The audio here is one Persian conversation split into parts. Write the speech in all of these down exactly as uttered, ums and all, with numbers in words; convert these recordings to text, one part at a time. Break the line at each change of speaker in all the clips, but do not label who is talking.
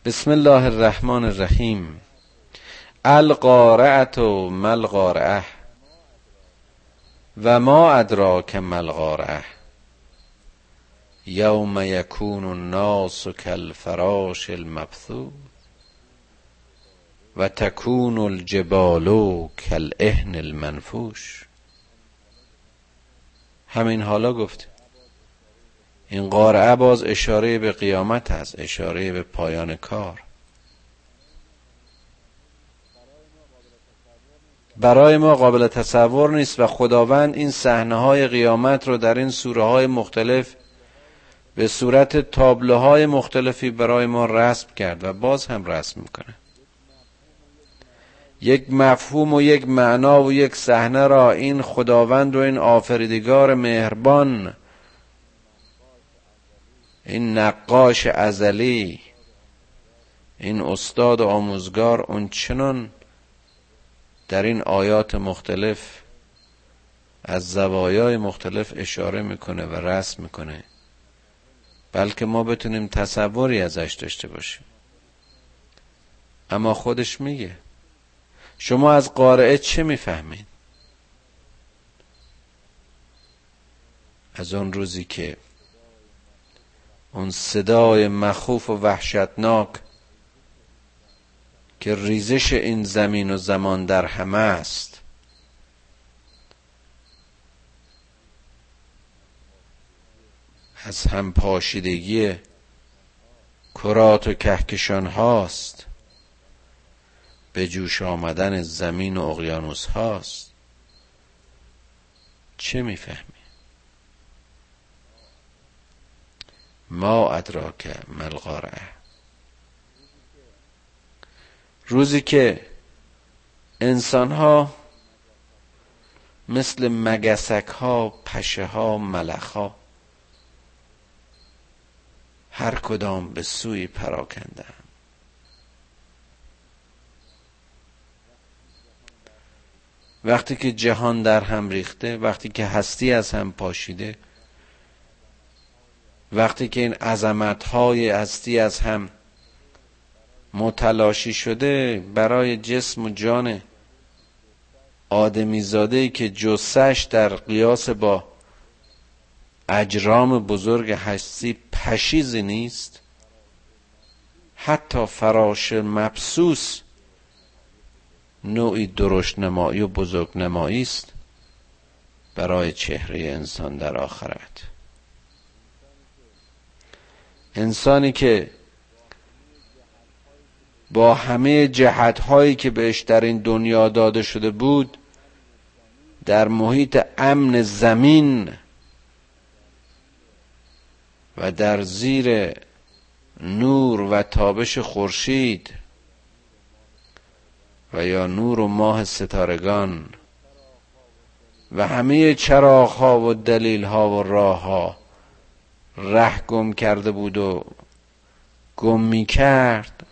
بسم الله الرحمن الرحیم. القارعة ما القارعة و ما ادراک ما القارعة یوم یکون الناس کالفراش المبثوث و تکون الجبال کالعهن المنفوش. همین حالا گفت این قارعه باز اشاره به قیامت است، اشاره به پایان کار. برای ما قابل تصور نیست و خداوند این صحنه‌های قیامت رو در این سوره‌های مختلف به صورت تابلوهای مختلفی برای ما رسم کرد و باز هم رسم میکنه. یک مفهوم و یک معنا و یک صحنه را این خداوند و این آفریدگار مهربان، این نقاش ازلی، این استاد و آموزگار اون چنان در این آیات مختلف از زوایای مختلف اشاره میکنه و رسم میکنه بلکه ما بتونیم تصوری ازش داشته باشیم. اما خودش میگه شما از قارعه چه میفهمید؟ از اون روزی که اون صدای مخوف و وحشتناک که ریزش این زمین و زمان در همه است، از هم پاشیدگی کرات و کهکشان هاست، به جوش آمدن زمین و اقیانوس هاست، چه میفهمی؟ ما ادراک ما القارعه. روزی که انسان ها مثل مگسک ها، پشه ها، ملخ ها هر کدام به سوی پراکندند. وقتی که جهان در هم ریخته، وقتی که هستی از هم پاشیده، وقتی که این عظمت‌های هستی از هم متلاشی شده، برای جسم و جان آدمیزاده‌ای که جثه‌اش در قیاس با اجرام بزرگ هستی پشیزی نیست، حتی فراش مبثوث نوعی درشت نمایی و بزرگ نمایی است برای چهره انسان در آخرت. انسانی که با همه جهت‌هایی که بهش در این دنیا داده شده بود در محیط امن زمین و در زیر نور و تابش خورشید و یا نور و ماه ستارگان و همه چراغ‌ها و دلیل‌ها و راه‌ها ره گم کرده بود و گم می کرد،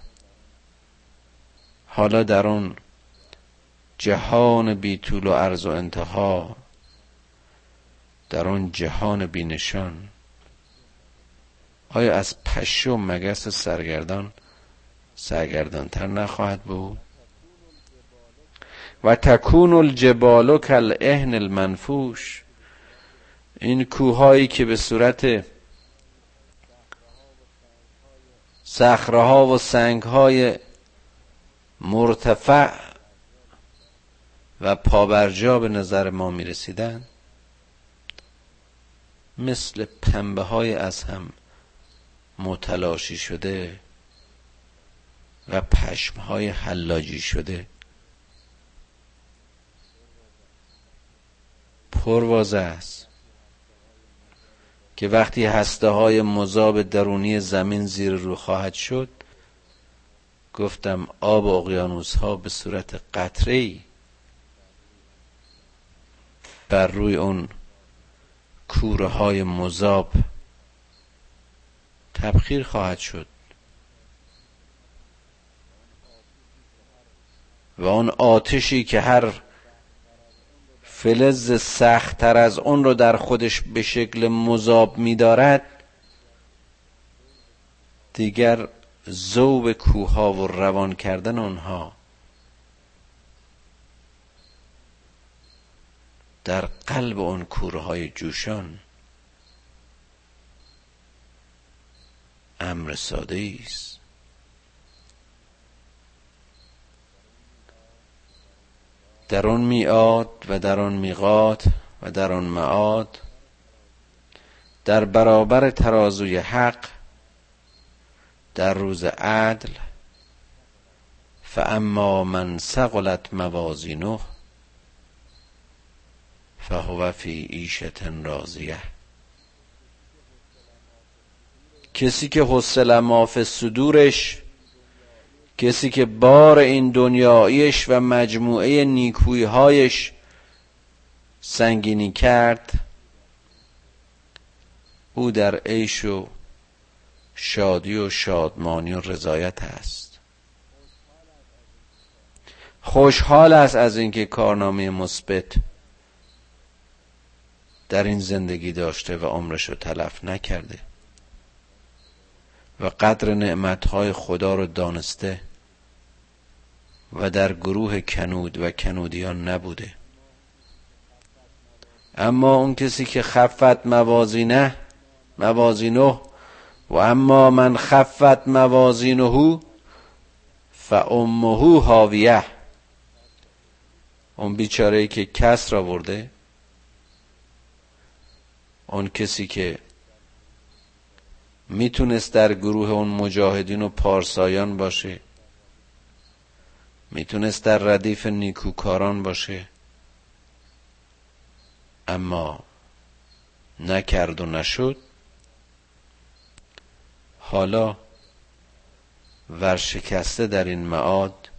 حالا در اون جهان بی طول و عرض و انتها، در اون جهان بی نشان، آیا از پشه و مگس سرگردان سرگردان تر نخواهد بود؟ و تکون الجبال کالعهن المنفوش. این کوههایی که به صورت صخره‌ها و سنگ‌های مرتفع و پابرجا به نظر ما می رسیدن، مثل پنبه های از هم متلاشی شده و پشم های حلاجی شده پروازه است که وقتی هسته های مذاب درونی زمین زیر رو خواهد شد، گفتم آب و اقیانوس ها به صورت قطره‌ای بر روی اون کوره های مذاب تبخیر خواهد شد و اون آتشی که هر فلز سخت‌تر از اون رو در خودش به شکل مذاب می دارد، دیگر ذوب کوها و روان کردن اونها در قلب اون کورهای جوشان امر ساده است. در آن میعاد و در آن میقات و در آن معاد، در برابر ترازوی حق، در روز عدل، فاما من ثقلت موازینه فهو فی عیشة راضیه. کسی که حصل ما فی صدورش، کسی که بار این دنیاییش و مجموعه نیکویی‌هایش سنگینی کرد، او در عیش و شادی و شادمانی و رضایت است. خوشحال است از اینکه کارنامه مثبت در این زندگی داشته و عمرش رو تلف نکرده و قدر نعمتهای خدا رو دانسته و در گروه کنود و کنودیان نبوده. اما اون کسی که خفت موازینه موازینه و اما من خفت موازینه فامه هاویه، اون بیچاره‌ای که کسر آورده، اون کسی که میتونست در گروه اون مجاهدین و پارسایان باشه، میتونست در ردیف نیکوکاران باشه، اما نکرد و نشد، حالا ورشکسته در این معاد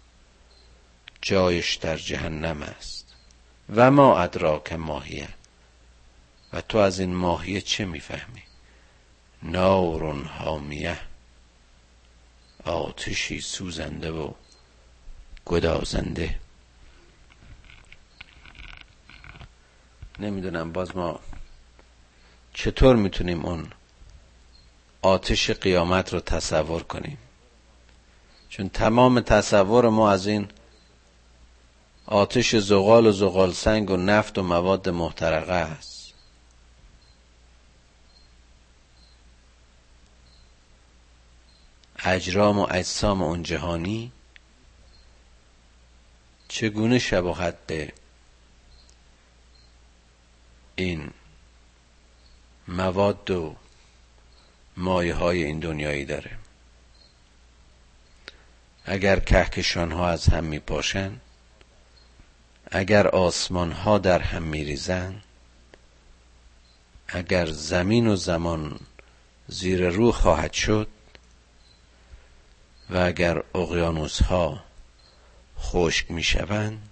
جایش در جهنم است. و ما ادراک ماهیه، و تو از این ماهیه چه میفهمی؟ نارون حامیه، آتشی سوزنده و گدازنده. نمیدونم باز ما چطور میتونیم اون آتش قیامت رو تصور کنیم، چون تمام تصور ما از این آتش زغال و زغال سنگ و نفت و مواد محترقه است. اجرام و اجسام اون جهانی چگونه شباهت به این مواد و مایه های این دنیایی داره؟ اگر کهکشان ها از هم می پاشن، اگر آسمان ها در هم می ریزن، اگر زمین و زمان زیر رو خواهد شد و اگر اقیانوس ها خشک می شوند،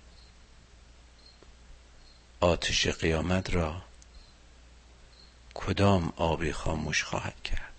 آتش قیامت را کدام آبی خاموش خواهد کرد؟